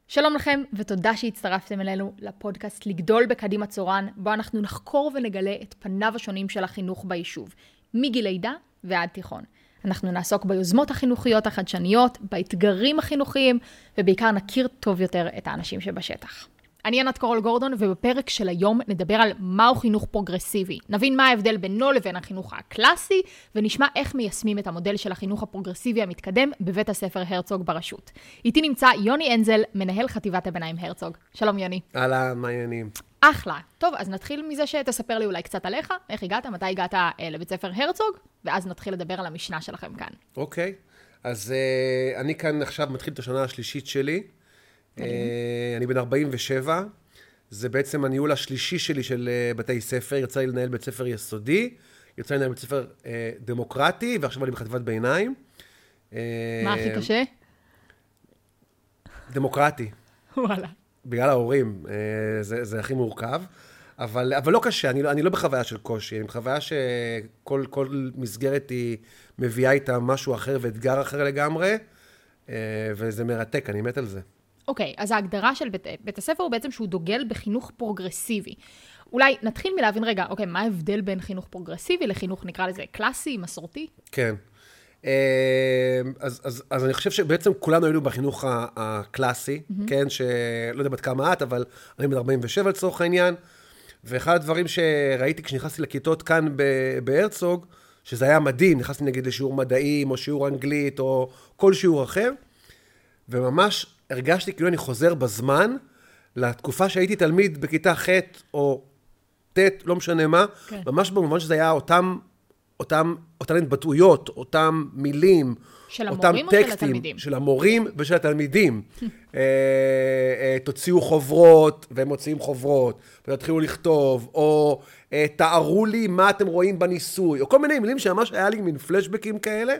שלום לכם ותודה שהצטרפתם אלינו לפודקאסט לגדול בקדימה צורן, בו אנחנו נחקור ונגלה את פניו השונים של החינוך ביישוב, מגיל לידה ועד תיכון. אנחנו נעסוק ביוזמות החינוכיות החדשניות, באתגרים החינוכיים, ובעיקר נכיר טוב יותר את האנשים שבשטח. אני ענת קורל גורדון, ובפרק של היום נדבר על מהו חינוך פרוגרסיבי. נבין מה ההבדל בינו לבין החינוך הקלאסי, ונשמע איך מיישמים את המודל של החינוך הפרוגרסיבי המתקדם בבית הספר הרצוג ברשות. איתי נמצא יוני אנזל, מנהל חטיבת הביניים הרצוג. שלום יוני. אהלן, מה העניינים? אחלה. טוב, אז נתחיל מזה שתספר לי אולי קצת עליך, איך הגעת, מתי הגעת לבית ספר הרצוג, ואז נתחיל לדבר על המשנה שלכם כאן. אוקיי, אז אני כאן עכשיו מתחיל את השנה השלישית שלי. אני בן 47, זה בעצם הניהול השלישי שלי של בתי ספר, יצא לי לנהל בית ספר יסודי, יצא לי לנהל בית ספר דמוקרטי, ועכשיו אני בחטיבת ביניים. מה הכי קשה? דמוקרטי. וואלה. בגלל ההורים, זה הכי מורכב, אבל לא קשה, אני לא בחוויה של קושי, אני בחוויה שכל מסגרת היא מביאה איתה משהו אחר ואתגר אחר לגמרי, וזה מרתק, אני מת על זה. אוקיי, אז ההגדרה של בית הספר הוא בעצם שהוא דוגל בחינוך פרוגרסיבי. אולי נתחיל מלהבין רגע, אוקיי, מה ההבדל בין חינוך פרוגרסיבי לחינוך, נקרא לזה, קלאסי, מסורתי? כן. אז אני חושב שבעצם כולנו היינו בחינוך הקלאסי, כן, שלא יודע בת כמה את, אבל אני בן 47 לצורך העניין, ואחד הדברים שראיתי כשנכנסתי לכיתות כאן בהרצוג, שזה היה מדהים, נכנסתי נגיד לשיעור מדעים, או שיעור אנגלית, או כל שיעור אחר, וממש הרגשתי כאילו אני חוזר בזמן, לתקופה שהייתי תלמיד בכיתה ח' או ט', לא משנה מה, כן. ממש במובן שזה היה אותם התבטאויות, אותם מילים, של אותם המורים טקסטים, או של התלמידים? של המורים ושל התלמידים. תוציאו חוברות, והם מוציאים חוברות, ותתחילו לכתוב, או תארו לי מה אתם רואים בניסוי, או כל מיני מילים שממש היה לי מין פלשבקים כאלה.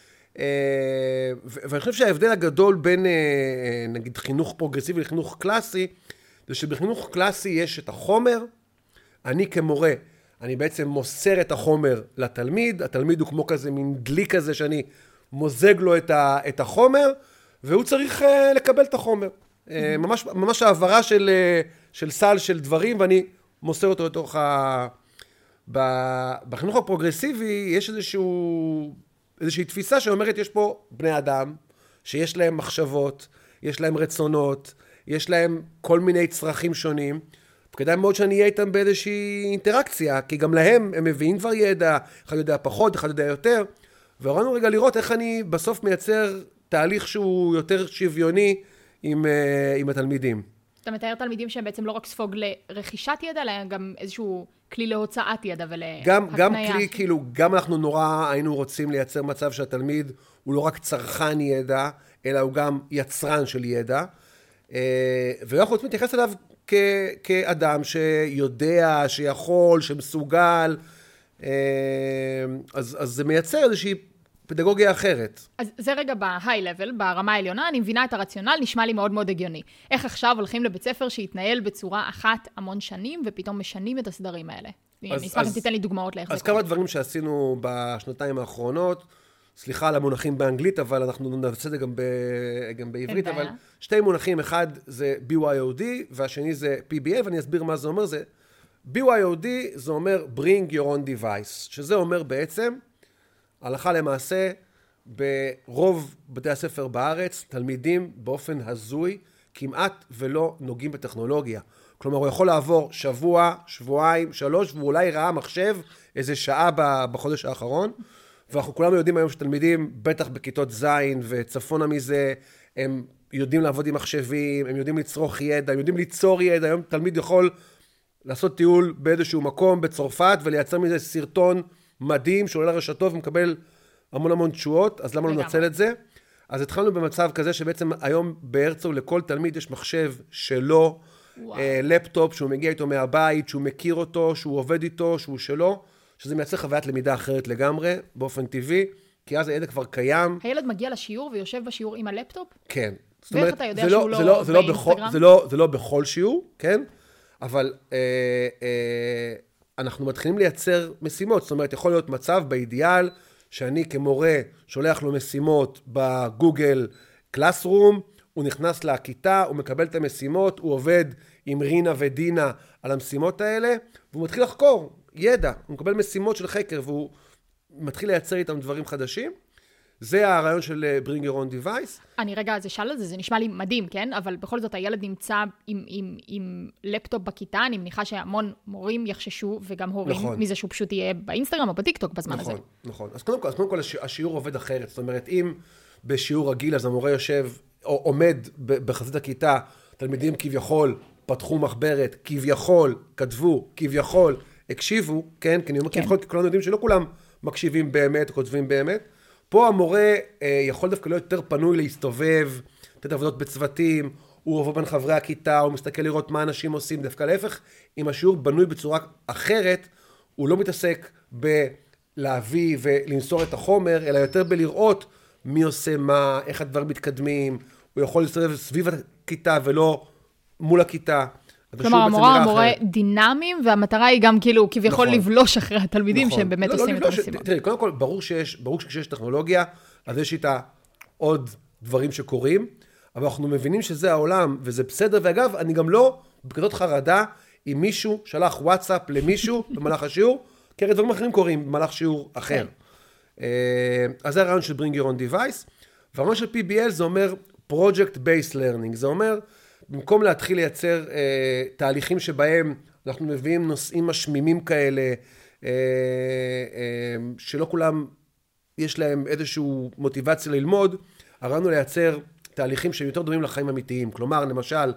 ואני חושב שההבדל הגדול בין, נגיד, חינוך פרוגרסיבי לחינוך קלאסי, זה שבחינוך קלאסי יש את החומר, אני כמורה, אני בעצם מוסר את החומר לתלמיד, התלמיד הוא כמו כזה מין דלי כזה שאני מוזג לו את החומר, והוא צריך לקבל את החומר. ממש העברה של סל של דברים, ואני מוסר אותו לתוך בחינוך הפרוגרסיבי יש איזושהי תפיסה שאומרת, יש פה בני אדם, שיש להם מחשבות, יש להם רצונות, יש להם כל מיני צרכים שונים, וכדאי מאוד שאני אהיה איתם באיזושהי אינטראקציה, כי גם להם הם מביאים כבר ידע, אחד יודע פחות, אחד יודע יותר, וראינו רגע לראות איך אני בסוף מייצר תהליך שהוא יותר שוויוני עם התלמידים. אתה מתאר תלמידים שהם בעצם לא רק ספוג לרכישת ידע, אלא גם איזשהו כלי להוצאת ידע ולהקניה. גם כלי, כאילו, גם אנחנו נורא היינו רוצים לייצר מצב שהתלמיד הוא לא רק צרכן ידע, אלא הוא גם יצרן של ידע, ואנחנו רוצים להתייחס אליו כאדם שיודע, שיכול, שמסוגל, אז זה מייצר איזושהי פדגוגיה אחרת. אז זה רגע בהיי לבל, ברמה העליונה, אני מבינה את הרציונל, נשמע לי מאוד מאוד הגיוני. איך עכשיו הולכים לבית ספר שהתנהל בצורה אחת המון שנים, ופתאום משנים את הסדרים האלה? אני אשמח אם תיתן לי דוגמאות לאיך זה קורה. אז כמה דברים שעשינו בשנתיים האחרונות, סליחה על המונחים באנגלית, אבל אנחנו נעשה את זה גם בעברית, אבל שתי מונחים, אחד זה BYOD, והשני זה PBA, ואני אסביר מה זה אומר. זה BYOD זה אומר Bring Your Own Device, שזה אומר בעצם, הלכה למעשה, ברוב בתי הספר בארץ, תלמידים באופן הזוי, כמעט ולא נוגעים בטכנולוגיה. כלומר, הוא יכול לעבור שבוע, שבועיים, 3, ואולי ראה מחשב איזה שעה בחודש האחרון, ואנחנו כולנו יודעים היום שתלמידים, בטח בכיתות זין וצפונה מזה, הם יודעים לעבוד עם מחשבים, הם יודעים לצרוך ידע, הם יודעים ליצור ידע. היום תלמיד יכול לעשות טיול באיזשהו מקום בצרפת, ולייצר מזה סרטון מדהים שעולה לרשתות ומקבל המון תשואות, אז למה לא ננצל את זה? אז התחלנו במצב כזה שבעצם היום בהרצוג לכל תלמיד יש מחשב שלו, לפטופ שהוא מגיע איתו מהבית, שהוא מכיר אותו, שהוא עובד איתו, שהוא שלו, שזה מייצר חוויית למידה אחרת לגמרי, באופן טבעי, כי אז הידע כבר קיים. הילד מגיע לשיעור ויושב בשיעור עם הלפטופ? כן. ואיך אתה יודע שהוא לא באינסטגרם? זה לא בכל שיעור, כן? אבל אנחנו מתחילים לייצר משימות, זאת אומרת, יכול להיות מצב באידיאל, שאני כמורה שולח לו משימות בגוגל קלאסרום, הוא נכנס לכיתה, הוא מקבל את המשימות, הוא עובד עם רינה ודינה על המשימות האלה, והוא מתחיל לחקור ידע, הוא מקבל משימות של חקר, והוא מתחיל לייצר איתם דברים חדשים. זה הרעיון של Bring Your Own Device. אני רגע, זה שאל על זה נשמע לי מדהים, כן? אבל בכל זאת הילד נמצא עם לפטופ בכיתה, אני מניחה שהמון מורים יחששו, וגם הורים, נכון. מזה שהוא פשוט יהיה באינסטגרם או בטיקטוק בזמן נכון, הזה. נכון. אז קודם כל השיעור עובד אחרת. זאת אומרת, אם בשיעור רגיל, אז המורה יושב, או עומד בחזית הכיתה, תלמידים כביכול פתחו מחברת, כביכול כתבו, כביכול הקשיבו, כן? כי אני אומר כביכול, כי כולנו יודעים שלא כולם מקשיבים באמת, כותבים באמת. פה המורה יכול דווקא להיות יותר פנוי להסתובב, לתת עבודות בצוותים, הוא עובר בין חברי הכיתה, הוא מסתכל לראות מה אנשים עושים, דווקא להפך, אם השיעור בנוי בצורה אחרת, הוא לא מתעסק בלהביא ולמסור את החומר, אלא יותר בלראות מי עושה מה, איך הדברים מתקדמים, הוא יכול להסתובב סביב הכיתה ולא מול הכיתה. כלומר, המורה דינמיים, והמטרה היא גם כאילו כביכול לבלוש אחרי התלמידים שהם באמת עושים את המשימה. תראי, קודם כל, ברור שכשיש טכנולוגיה, אז יש איתה עוד דברים שקורים, אבל אנחנו מבינים שזה העולם, וזה בסדר, ואגב, אני גם לא בכזאת חרדה, אם מישהו שלח וואטסאפ למישהו במהלך השיעור, כי הרי דברים אחרים קורים במהלך שיעור אחר. אז זה הרעיון של Bring Your Own Device, והרעיון של PBL זה אומר Project Based Learning, זה אומר, במקום להתחיל לייצר תהליכים שבהם אנחנו מביאים נושאים משמימים כאלה, שלא כולם יש להם איזושהי מוטיבציה ללמוד, הרעיון הוא לייצר תהליכים שהם יותר דומים לחיים אמיתיים. כלומר, למשל,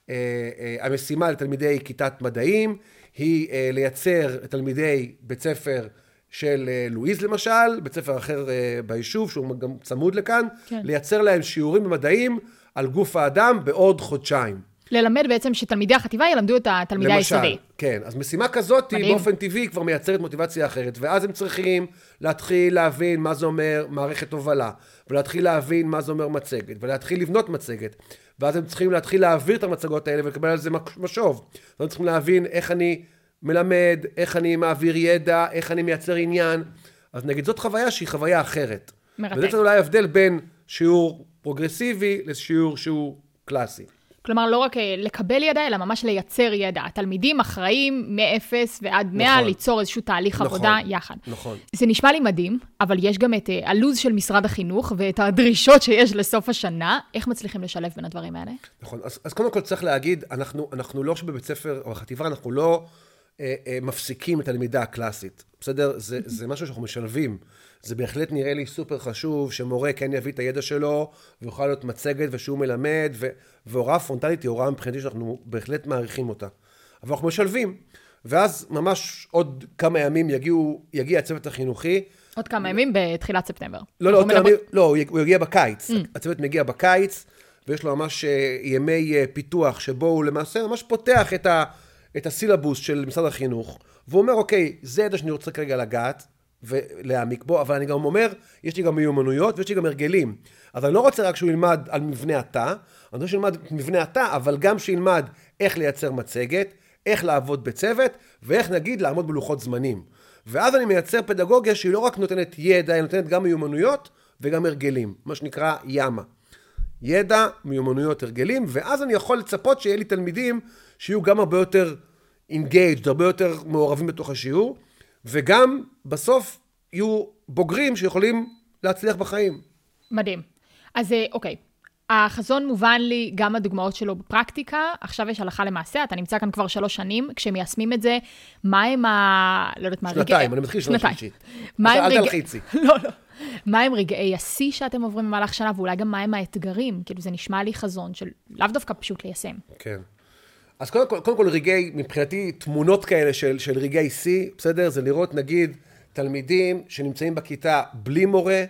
המשימה לתלמידי כיתת מדעים, היא לייצר תלמידי בית ספר של לואיז למשל, בית ספר אחר ביישוב, שהוא גם צמוד לכאן, כן. לייצר להם שיעורים במדעים, על גוף האדם בעוד חודשיים. ללמד בעצם שתלמידי החטיבה ילמדו את התלמידי היסודי. כן, אז משימה כזאת היא באופן טבעי כבר מייצרת מוטיבציה אחרת, ואז הם צריכים להתחיל להבין מה זה אומר מערכת הובלה, ולהתחיל להבין מה זה אומר מצגת, ולהתחיל לבנות מצגת, ואז הם צריכים להתחיל להעביר את המצגות האלה ולקבל על זה משוב. ואז הם צריכים להבין איך אני מלמד, איך אני מעביר ידע, איך אני מייצר עניין. אז נגיד זאת חוויה שהיא חוויה אחרת. מרתק. וזה אולי הבדל בין שיעור פרוגרסיבי לשיעור שהוא קלאסי. כלומר, לא רק לקבל ידע, אלא ממש לייצר ידע. התלמידים אחראים מ-0 ועד 100 נכון. ליצור איזשהו תהליך נכון. עבודה יחד. נכון. זה נשמע לי מדהים, אבל יש גם את הלוז של משרד החינוך, ואת הדרישות שיש לסוף השנה. איך מצליחים לשלב בין הדברים האלה? נכון. אז קודם כל צריך להגיד, אנחנו לא שבבית ספר או בחטיבה, אנחנו לא מפסיקים את הלמידה הקלאסית. בסדר? זה משהו שאנחנו משלבים. זה בהחלט נראה לי סופר חשוב, שמורה כן יביא את הידע שלו, ויוכל להיות מצגת ושהוא מלמד, והוראה פרונטלית היא הוראה מבחינתי שאנחנו בהחלט מעריכים אותה. אבל אנחנו משלבים, ואז ממש עוד כמה ימים יגיע הצוות החינוכי. עוד כמה ימים בתחילת ספטמבר. לא, הוא יגיע בקיץ. הצוות מגיע בקיץ, ויש לו ממש ימי פיתוח, שבו הוא למעשה ממש פותח את הסילבוס של משרד החינוך, והוא אומר, אוקיי, זה ידע שאני רוצה כרגע לגעת, ולהעמיק בו, אבל אני גם אומר, יש לי גם מיומנויות ויש לי גם הרגלים. אז אני לא רוצה רק שהוא ילמד על מבנה התא, אני רוצה שילמד מבנה התא, אבל גם שילמד איך לייצר מצגת, איך לעבוד בצוות, ואיך נגיד לעמוד בלוחות זמנים. ואז אני מייצר פדגוגיה שהיא לא רק נותנת ידע, היא נותנת גם מיומנויות וגם הרגלים, מה שנקרא ימה. ידע, מיומנויות, הרגלים, ואז אני יכול לצפות שיהיה לי תלמידים שיהיו גם הרבה יותר engaged, הרבה יותר מעורבים בתוך השיעור, וגם בסוף יהיו בוגרים שיכולים להצליח בחיים. מדהים. אז אוקיי, החזון מובן לי גם הדוגמאות שלו בפרקטיקה, עכשיו יש הלכה למעשה, אתה נמצא כאן כבר 3 שנים, כשמיישמים את זה, מה הם לא יודעת מה, שנתיים, אני מתחיל 3 שלישית. אל תלחיצי. לא. מה הם רגעי השיא שאתם עוברים במהלך שנה, ואולי גם מה הם האתגרים? כאילו זה נשמע לי חזון של לאו דווקא פשוט ליישם. כן. אז קודם כל רגעי, מבחינתי תמונות כאלה של רגעי שיא, בסדר? זה לראות נגיד תלמידים שנמצאים בכיתה בלי מורה,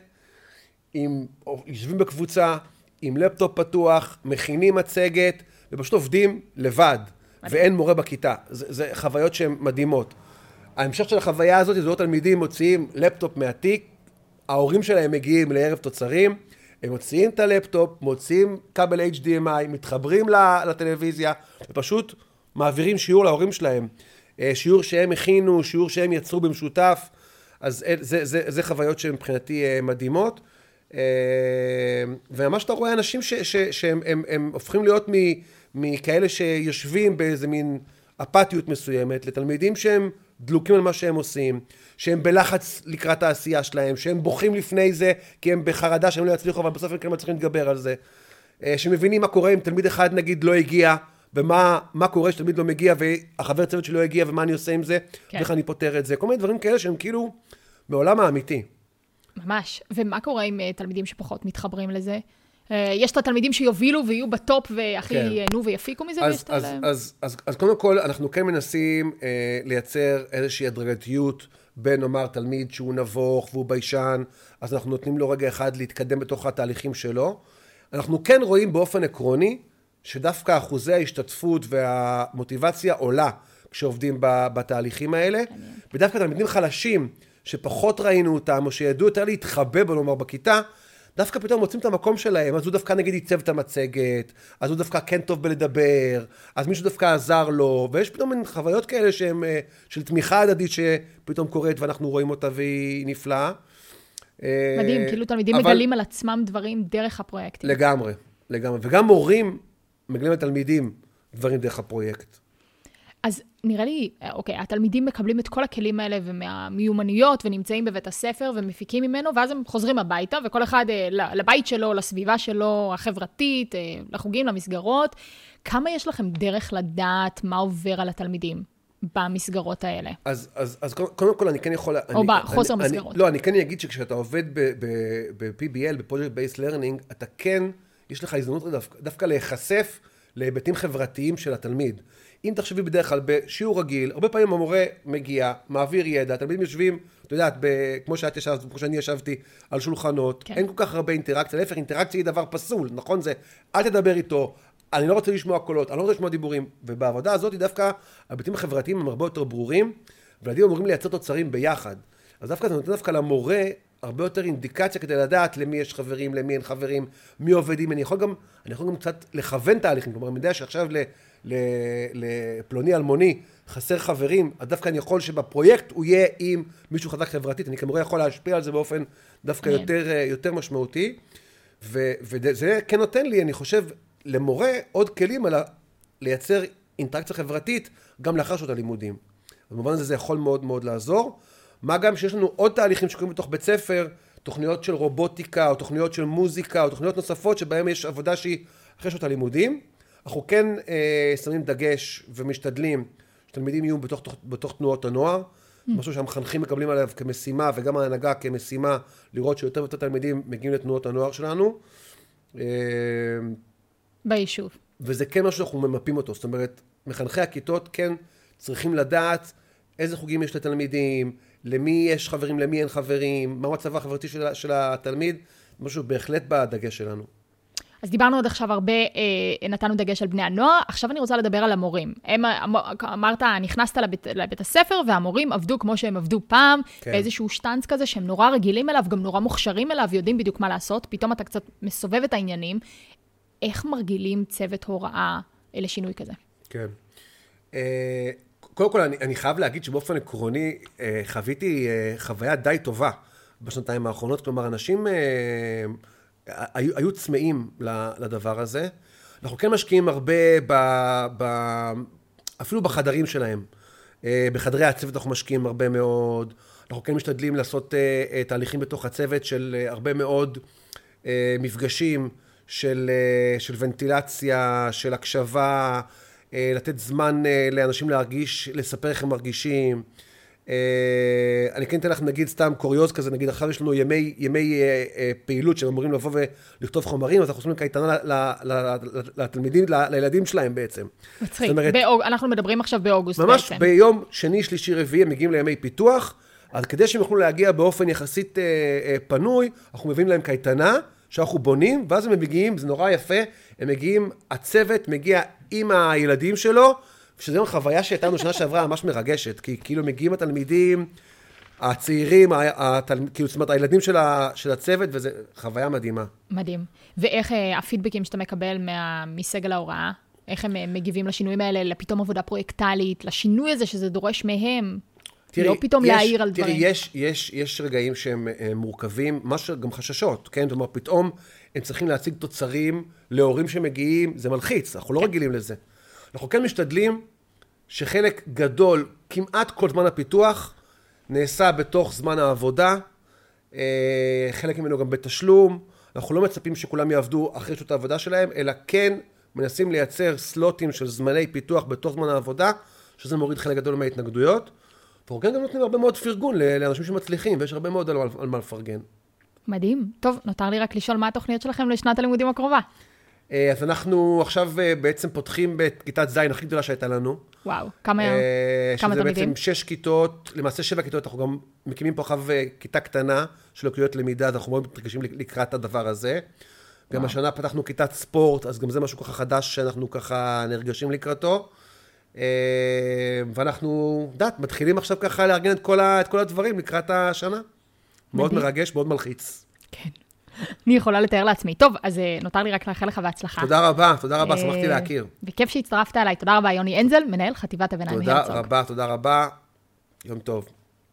יושבים בקבוצה, עם לפטופ פתוח, מכינים מצגת, ופשוט עובדים לבד, ואין מורה בכיתה. זה חוויות שהן מדהימות. ההמשך של החוויה הזאת, זה לא תלמידים מוציאים לפטופ מהתיק, ההורים שלהם מגיעים לערב תוצרים, הם מוציאים את הלפטופ, מוציאים כבל HDMI, מתחברים לטלוויזיה, ופשוט מעבירים שיעור להורים שלהם. שיעור שהם הכינו, שיעור שהם יצרו במשותף, אז זה חוויות שהן מבחינתי מדהימות. וממש אתה רואה אנשים שהם הופכים להיות מכאלה שיושבים באיזה מין אפתיות מסוימת, לתלמידים שהם דלוקים על מה שהם עושים, שהם בלחץ לקראת העשייה שלהם, שהם בוכים לפני זה, כי הם בחרדה שהם לא יצליחו, אבל בסוף הם כן מצליחים להתגבר על זה. שמבינים מה קורה אם תלמיד אחד נגיד לא הגיע, ומה קורה שתלמיד לא מגיע, והחבר צוות שלא הגיע, ומה אני עושה עם זה, ואיך אני פותר את זה. כל מיני דברים כאלה שהם כאילו מעולם האמיתי. ממש. ומה קורה עם תלמידים שפחות מתחברים לזה? יש את התלמידים שיובילו ויהיו בטופ והכי ייהנו ויפיקו מזה? אז קודם כל, אנחנו כן מנסים לייצר איזושהי הדרגתיות בין, נאמר, תלמיד שהוא נבוך והוא ביישן, אז אנחנו נותנים לו רגע אחד להתקדם בתוך התהליכים שלו. אנחנו כן רואים באופן עקרוני, שדווקא אחוזי ההשתתפות והמוטיבציה עולה כשעובדים בתהליכים האלה, ודווקא תלמידים חלשים שפחות ראינו אותם, או שידעו יותר להתחבא, נאמר, בכיתה, דווקא פתאום מוצאים את המקום שלהם, אז הוא דווקא נגיד ייצב את המצגת, אז הוא דווקא כן טוב בלדבר, אז מישהו דווקא עזר לו, ויש פתאום מין חוויות כאלה שהן של תמיכה הדדית שפתאום קורית, ואנחנו רואים אותה והיא נפלאה. מדהים, כאילו תלמידים מגלים על עצמם דברים דרך הפרויקטים. לגמרי, וגם מורים מגלים על תלמידים דברים דרך הפרויקט. אז נראה לי, אוקיי, התלמידים מקבלים את כל הכלים האלה ומהמיומנויות ונמצאים בבית הספר ומפיקים ממנו, ואז הם חוזרים הביתה, וכל אחד לבית שלו, לסביבה שלו, החברתית, לחוגים, למסגרות. כמה יש לכם דרך לדעת מה עובר על התלמידים במסגרות האלה? אז קודם כל אני כן יכול... או בחוסר מסגרות. לא, אני כן אגיד שכשאתה עובד ב-PBL, ב-Project Based Learning, אתה כן, יש לך הזדמנות דווקא להיחשף להיבטים חברתיים של התלמיד. אם תחשבי בדרך כלל בשיעור רגיל, הרבה פעמים המורה מגיע, מעביר ידע, התלמידים יושבים, אתה יודעת, כמו שאת ישבת, כמו שאני ישבתי, על שולחנות, אין כל כך הרבה אינטראקציה, להפך, אינטראקציה היא דבר פסול, נכון? זה, אל תדבר איתו, אני לא רוצה לשמוע קולות, אני לא רוצה לשמוע דיבורים, ובעבודה הזאת דווקא ההיבטים החברתיים הם הרבה יותר ברורים, וילדים אמורים לייצר תוצרים ביחד. אז דווקא זה נותן דווקא למורה הרבה יותר אינדיקציה כדי לדעת למי יש חברים, למי אין חברים, מי עובדים. אני יכול גם קצת לכוון תהליכים, כלומר, אני יודע שעכשיו לפלוני אלמוני חסר חברים, אז דווקא אני יכול שבפרויקט הוא יהיה עם מישהו חזק חברתית, אני כמורה יכול להשפיע על זה באופן דווקא יותר משמעותי, וזה כן נותן לי, אני חושב, למורה עוד כלים על לייצר אינטראקציה חברתית גם לאחר שעות הלימודים. במובן הזה זה יכול מאוד מאוד לעזור. מה גם שיש לנו עוד תהליכים שקורים בתוך בית ספר, תוכניות של רובוטיקה, או תוכניות של מוזיקה, או תוכניות נוספות שבהן יש עבודה שהיא אחרי שעות הלימודים. אנחנו כן שמים דגש ומשתדלים שתלמידים יהיו בתוך תנועות הנוער, משהו שהמחנכים מקבלים עליו כמשימה, וגם ההנהגה כמשימה, לראות שיותר ויותר תלמידים מגיעים לתנועות הנוער שלנו. ביישוב. וזה כן משהו שאנחנו ממפים אותו, זאת אומרת, מחנכי הכיתות כן צריכים לדעת איזה חוגים יש לתלמידים, למי יש חברים, למי אין חברים, מה המצב החברתי של התלמיד, משהו בהחלט בדגש שלנו. אז דיברנו עוד עכשיו הרבה, נתנו דגש על בני הנוער, עכשיו אני רוצה לדבר על המורים. אמרת, נכנסת לבית הספר, והמורים עבדו כמו שהם עבדו פעם, באיזשהו שטנץ כזה, שהם נורא רגילים אליו, גם נורא מוכשרים אליו, יודעים בדיוק מה לעשות, פתאום אתה קצת מסובב את העניינים. איך מרגילים צוות הוראה לשינוי כזה? כן. קודם כל, אני חייב להגיד שבאופן עקרוני, חוויתי חוויה די טובה בשנתיים האחרונות, כלומר, אנשים היו צמאים לדבר הזה. אנחנו כן משקיעים הרבה אפילו בחדרים שלהם. בחדרי הצוות אנחנו משקיעים הרבה מאוד. אנחנו כן משתדלים לעשות תהליכים בתוך הצוות של הרבה מאוד מפגשים של ונטילציה, של הקשבה, לתת זמן לאנשים להרגיש, לספר איך הם מרגישים. אני כן אתן לך נגיד סתם קוריוז כזה, נגיד עכשיו יש לנו ימי פעילות שהם אמורים לבוא ולכתוב חומרים, אז אנחנו עושים קייטנה לתלמידים, לילדים שלהם בעצם. מצחיק, אנחנו מדברים עכשיו באוגוסט בעצם. ממש ביום שני, שלישי, רביעי, הם מגיעים לימי פיתוח, אז כדי שהם יוכלו להגיע באופן יחסית פנוי, אנחנו מביאים להם קייטנה, שאנחנו בונים, ואז הם מגיעים, זה נורא יפה, הם מגיעים, הצוות מגיע עם הילדים שלו, ושזו גם חוויה שהייתה לנו שנה שעברה ממש מרגשת, כי כאילו מגיעים התלמידים, הצעירים, כאילו, זאת אומרת, הילדים של הצוות, וזו חוויה מדהימה. מדהים. ואיך הפידבקים שאתה מקבל מסגל ההוראה, איך הם מגיבים לשינויים האלה, לפתאום עבודה פרויקטלית, לשינוי הזה שזה דורש מהם? לא פתאום להעיר על דברים. תראי, יש רגעים שהם מורכבים, משהו גם חששות, כן? זאת אומרת, פתאום הם צריכים להציג תוצרים להורים שמגיעים, זה מלחיץ, אנחנו לא רגילים לזה. אנחנו כן משתדלים שחלק גדול, כמעט כל זמן הפיתוח, נעשה בתוך זמן העבודה, חלק ממנו גם בתשלום, אנחנו לא מצפים שכולם יעבדו אחרי שעות העבודה שלהם, אלא כן מנסים לייצר סלוטים של זמני פיתוח בתוך זמן העבודה, שזה מוריד חלק גדול מההתנגדויות. אנחנו כן גם נותנים הרבה מאוד פרגון לאנשים שמצליחים, ויש הרבה מאוד על מה לפרגן. מדהים. טוב, נותר לי רק לשאול מה התוכניות שלכם לשנת הלימודים הקרובה. אז אנחנו עכשיו בעצם פותחים בכיתת זין הכי גדולה שהייתה לנו. וואו, כמה תלמידים? שזה בעצם 6 כיתות, למעשה 7 כיתות, אנחנו גם מקימים פה עכשיו כיתה קטנה של לקויות למידה, אז אנחנו מאוד מתרגשים לקראת הדבר הזה. גם השנה פתחנו כיתת ספורט, אז גם זה משהו ככה חדש שאנחנו ככה נרגשים לקראתו. ואנחנו, מתחילים עכשיו ככה לארגן את כל הדברים לקראת השנה. מאוד מרגש, מאוד מלחיץ. כן. אני יכולה לתאר לעצמי. טוב, אז נותר לי רק לאחל לך בהצלחה. תודה רבה, שמחתי להכיר. וכיף שהצטרפת אליי. תודה רבה, יוני אנזל, מנהל חטיבת הביניים הרצוג. תודה רבה, יום טוב.